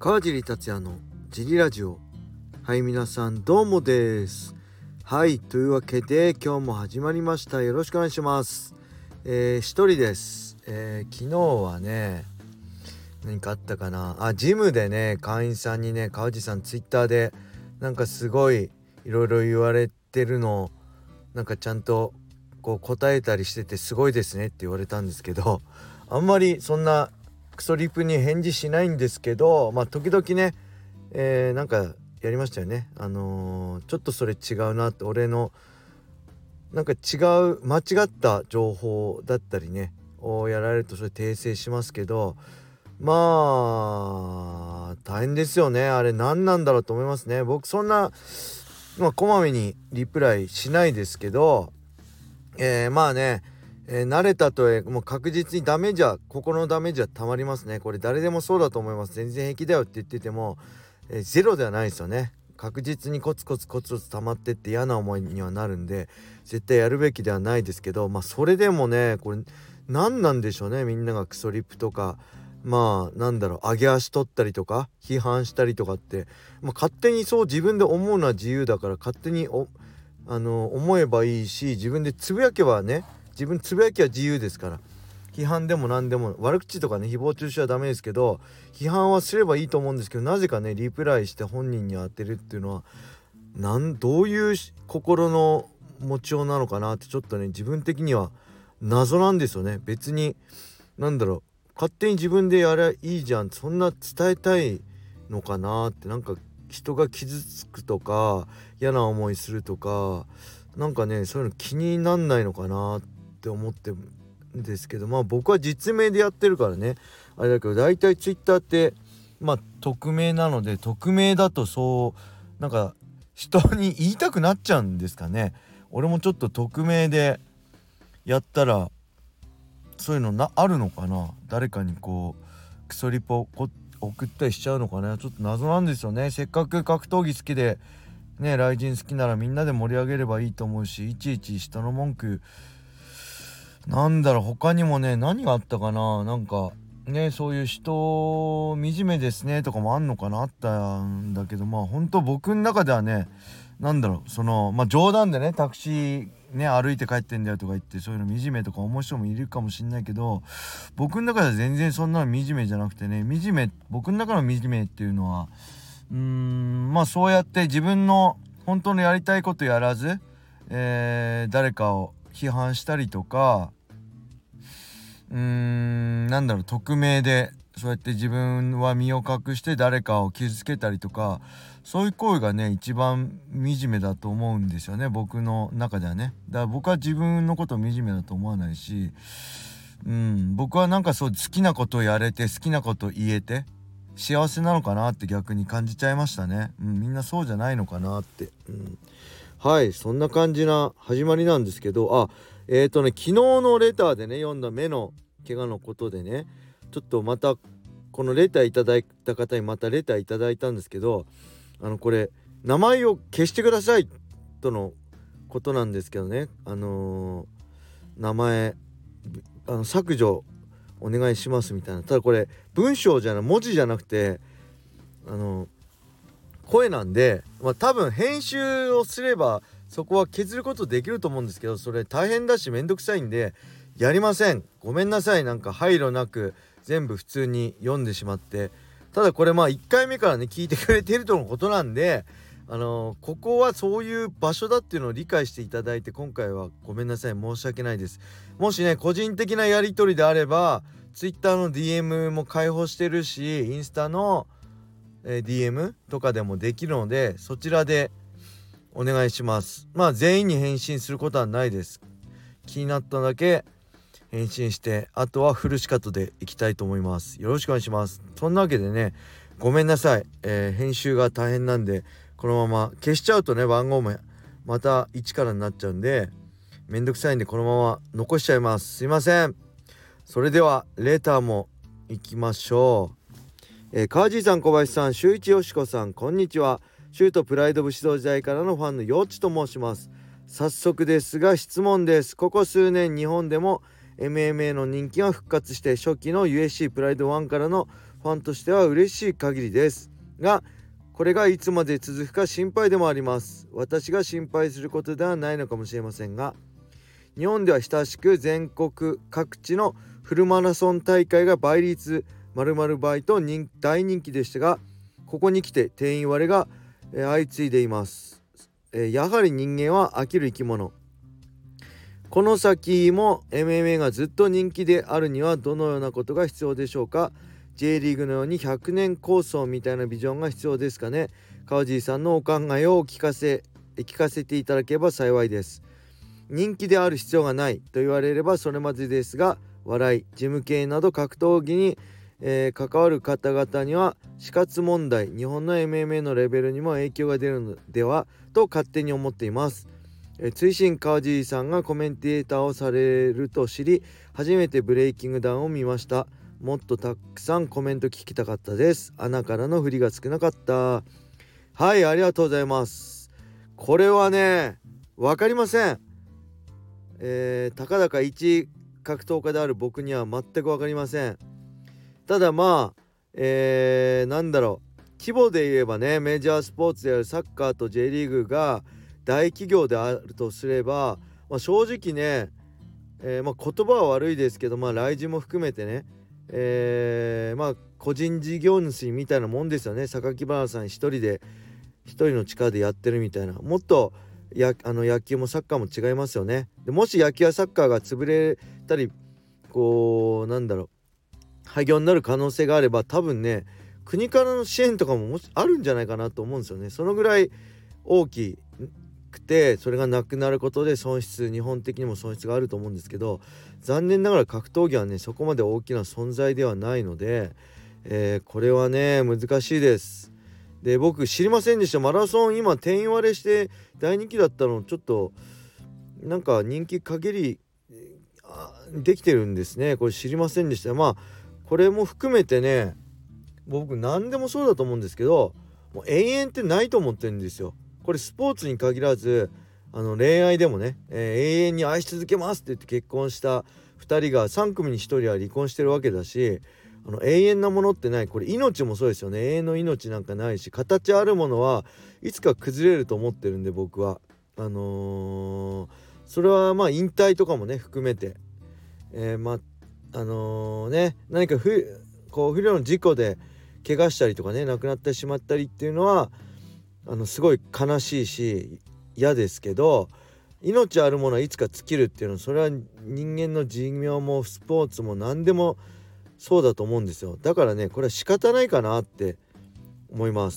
川尻達也のジリラジオ。はい、皆さんどうもです。はい、というわけで今日も始まりました。よろしくお願いします。一人です。昨日はね、何かあったかな。ジムでね、会員さんにね、川尻さんツイッターでなんかすごいいろいろ言われてるの、なんかちゃんとこう答えたりしててすごいですねって言われたんですけど、あんまりそんなクソリプに返事しないんですけど、時々ね、なんかやりましたよね。ちょっとそれ違うなって、俺のなんか違う間違った情報だったりねをやられるとそれ訂正しますけど、大変ですよね。あれ何なんだろうと思いますね。僕そんなこまめにリプライしないですけど、慣れたともう確実に心のダメージはたまりますね。これ誰でもそうだと思います。全然平気だよって言ってても、ゼロではないですよね。確実にコツコツ溜まってって嫌な思いにはなるんで、絶対やるべきではないですけど、それでもね、これ何なんでしょうね。みんながクソリップとか上げ足取ったりとか批判したりとかって、勝手にそう自分で思うのは自由だから、勝手に思えばいいし、自分でつぶやけばね、自分つぶやきは自由ですから、批判でも何でも、悪口とかね誹謗中傷はダメですけど、批判はすればいいと思うんですけど、なぜかねリプライして本人に当てるっていうのはどういう心の持ちようなのかなって、ちょっとね自分的には謎なんですよね。別に勝手に自分でやりゃいいじゃん、そんな伝えたいのかなって、なんか人が傷つくとか嫌な思いするとか、なんかねそういうの気になんないのかなって思ってるんですけど、僕は実名でやってるからねあれだけど、だいたいツイッターって匿名なので、匿名だとそうなんか人に言いたくなっちゃうんですかね。俺もちょっと匿名でやったらそういうのあるのかな。誰かにこうクソリポ送ったりしちゃうのかな。ちょっと謎なんですよね。せっかく格闘技好きでね、雷神好きならみんなで盛り上げればいいと思うし、いちいち人の文句他にもね、何があったかな。なんかね、そういう人惨めですねとかもあんのかな、あったんだけど、本当僕の中ではね、冗談でね、タクシーね歩いて帰ってんだよとか言って、そういうの惨めとか思う人もいるかもしんないけど、僕の中では全然そんなの惨めじゃなくてね、僕の中の惨めっていうのはそうやって自分の本当のやりたいことやらず、誰かを批判したりとか、匿名でそうやって自分は身を隠して誰かを傷つけたりとか、そういう行為がね一番惨めだと思うんですよね、僕の中ではね。だから僕は自分のことを惨めだと思わないし、僕は好きなことをやれて好きなことを言えて幸せなのかなって逆に感じちゃいましたね。みんなそうじゃないのかなって、はい、そんな感じな始まりなんですけど、昨日のレターでね読んだ目の怪我のことでね、ちょっとまたこのレターいただいた方にまたレターいただいたんですけど、これ名前を消してくださいとのことなんですけどね、名前削除お願いしますみたいな。ただこれ文章じゃない、文字じゃなくて声なんで、多分編集をすればそこは削ることできると思うんですけど、それ大変だしめんどくさいんでやりません。ごめんなさい。なんか配慮なく全部普通に読んでしまって。ただこれ1回目からね聞いてくれてるとのことなんで、ここはそういう場所だっていうのを理解していただいて、今回はごめんなさい、申し訳ないです。もしね個人的なやり取りであれば Twitter の DM も開放してるし、インスタの、DM とかでもできるので、そちらでお願いします。全員に返信することはないです。気になっただけ返信して、あとはフルシカトでいきたいと思います。よろしくお願いします。そんなわけでね、ごめんなさい、編集が大変なんでこのまま消しちゃうとね、番号もまた1からになっちゃうんでめんどくさいんでこのまま残しちゃいます。すいません。それではレターも行きましょう。川地さん、小林さん、周一よしこさん、こんにちは。シュートプライド武士道時代からのファンのよっちと申します。早速ですが質問です。ここ数年日本でも MMA の人気が復活して、初期の USC プライド1からのフファンとしては嬉しい限りですが、これがいつまで続くか心配でもあります。私が心配することではないのかもしれませんが、日本では親しく全国各地のフルマラソン大会が倍率〇〇倍と大人気でしたが、ここに来て定員割れが相次いでいます。やはり人間は飽きる生き物。この先も MMA がずっと人気であるにはどのようなことが必要でしょうか。 J リーグのように100年構想みたいなビジョンが必要ですかね。川地さんのお考えを聞かせていただければ幸いです。人気である必要がないと言われればそれまでですが、笑い、事務系など格闘技に、関わる方々には死活問題、日本の MMA のレベルにも影響が出るのではと勝手に思っています。追伸川地さんがコメンテーターをされると知り、初めてブレイキングダウンを見ました。もっとたくさんコメント聞きたかったです。穴からの振りが少なかった。はい、ありがとうございます。これはね、わかりません。たかだか一格闘家である僕には全くわかりません。ただなんだろう、規模で言えばね、メジャースポーツであるサッカーと J リーグが大企業であるとすれば、正直ね、言葉は悪いですけど、来人も含めてね、個人事業主みたいなもんですよね。榊原さん一人の力でやってるみたいな。もっと野球もサッカーも違いますよね。でもし野球やサッカーが潰れたり廃業になる可能性があれば、多分ね、国からの支援とかももしあるんじゃないかなと思うんですよね。そのぐらい大きくて、それがなくなることで日本的にも損失があると思うんですけど、残念ながら格闘技はね、そこまで大きな存在ではないので、これはね難しいです。で、僕知りませんでした。マラソン今定員割れして大人気だったの、ちょっとなんか人気限りできてるんですね。これ知りませんでした。これも含めてね、僕何でもそうだと思うんですけど、もう永遠ってないと思ってるんですよ。これスポーツに限らず恋愛でもね、永遠に愛し続けますって言って結婚した2人が3組に1人は離婚してるわけだし、永遠なものってない。これ命もそうですよね。永遠の命なんかないし、形あるものはいつか崩れると思ってるんで、僕はそれは引退とかもね含めて、何か不慮の事故で怪我したりとかね、亡くなってしまったりっていうのはすごい悲しいし嫌ですけど、命あるものはいつか尽きるっていうのは、それは人間の寿命もスポーツも何でもそうだと思うんですよ。だからね、これは仕方ないかなって思います。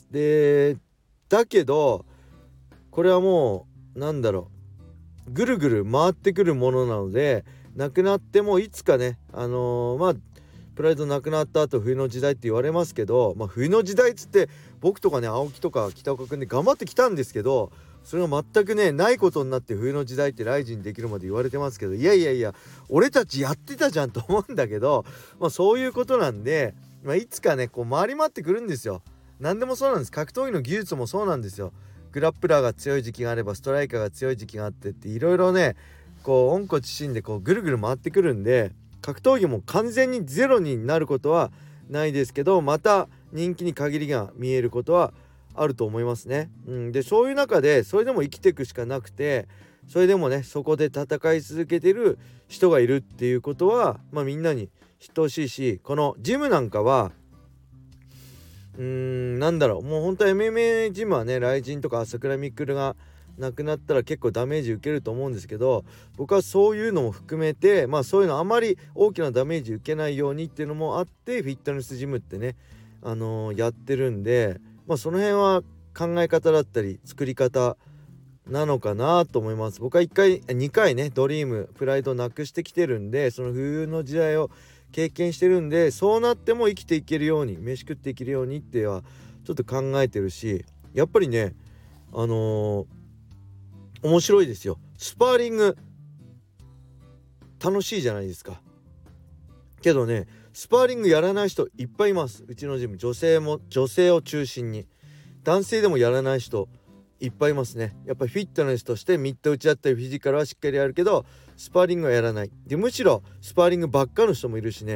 で、だけどこれはもうぐるぐる回ってくるものなので、なくなってもいつかね、プライドなくなった後冬の時代って言われますけど、冬の時代っつって僕とかね、青木とか北岡くんで頑張ってきたんですけど、それが全くねないことになって、冬の時代ってライジンできるまで言われてますけど、いや俺たちやってたじゃんと思うんだけど、そういうことなんで、いつかね回り回ってくるんですよ。何でもそうなんです。格闘技の技術もそうなんですよ。グラップラーが強い時期があればストライカーが強い時期があってって、いろいろね温故知新でぐるぐる回ってくるんで、格闘技も完全にゼロになることはないですけど、また人気に限りが見えることはあると思いますね。で、そういう中でそれでも生きていくしかなくて、それでもねそこで戦い続けてる人がいるっていうことは、みんなに知ってほしいし、このジムなんかはもう本当は MMA ジムはね、ライジンとか朝倉未来がなくなったら結構ダメージ受けると思うんですけど、僕はそういうのも含めて、そういうのあまり大きなダメージ受けないようにっていうのもあって、フィットネスジムってねやってるんで、その辺は考え方だったり作り方なのかなと思います。僕は2回ねドリームプライドなくしてきてるんで、その冬の時代を経験してるんで、そうなっても生きていけるように、飯食っていけるようにってはちょっと考えてるし、やっぱりね面白いですよ。スパーリング楽しいじゃないですか。けどね、スパーリングやらない人いっぱいいます。うちのジム、女性を中心に、男性でもやらない人いっぱいいますね。やっぱりフィットネスとしてミット打ち合ったりフィジカルはしっかりやるけど、スパーリングはやらないで、むしろスパーリングばっかの人もいるしね、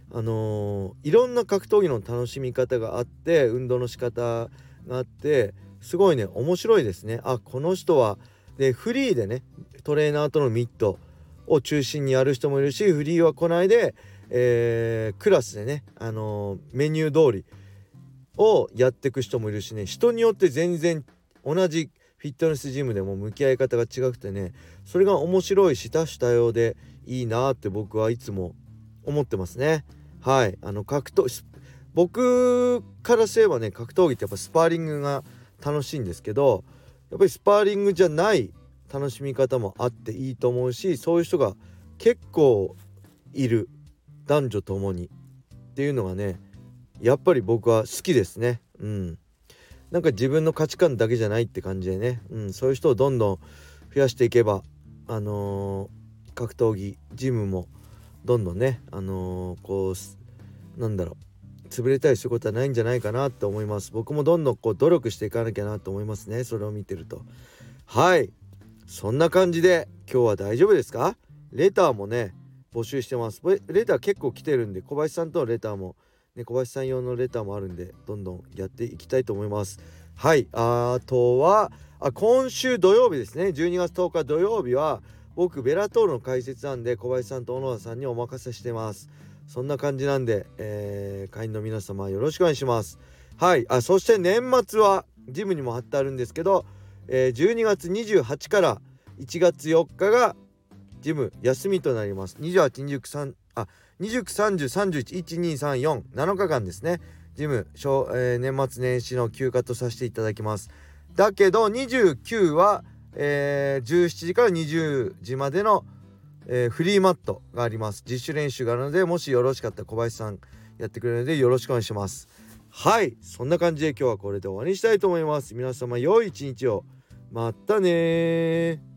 いろんな格闘技の楽しみ方があって、運動の仕方があって、すごいね面白いですね。この人はでフリーでねトレーナーとのミットを中心にやる人もいるし、フリーは来ないで、クラスでね、メニュー通りをやっていく人もいるしね、人によって全然同じフィットネスジムでも向き合い方が違くてね、それが面白いし多種多様でいいなって僕はいつも思ってますね。はい、僕からすればね、格闘技ってやっぱスパーリングが楽しいんですけど、やっぱりスパーリングじゃない楽しみ方もあっていいと思うし、そういう人が結構いる、男女ともにっていうのがね、やっぱり僕は好きですね。なんか自分の価値観だけじゃないって感じでね、そういう人をどんどん増やしていけば、格闘技ジムもどんどんね、なんだろう、潰れたりすることはないんじゃないかなって思います。僕もどんどん努力していかなきゃなと思いますね、それを見てると。はい、そんな感じで今日は大丈夫ですか？レターもね募集してます。レター結構来てるんで、小林さんとのレターもね、小林さん用のレターもあるんで、どんどんやっていきたいと思います。はい、あとは今週土曜日ですね、12月10日土曜日は僕ベラトールの解説なんで、小林さんと小野田さんにお任せしてます。そんな感じなんで、会員の皆様よろしくお願いします。はい、そして年末はジムにも貼ってあるんですけど、12月28から1月4日がジム休みとなります。28、29、30、31、1、2、3、4、7日間ですね。ジム、年末年始の休暇とさせていただきます。だけど29は、17時から20時までの、フリーマットがあります。自主練習があるので、もしよろしかったら小林さんやってくれるのでよろしくお願いします。はい、そんな感じで今日はこれで終わりにしたいと思います。皆様良い一日を。またね。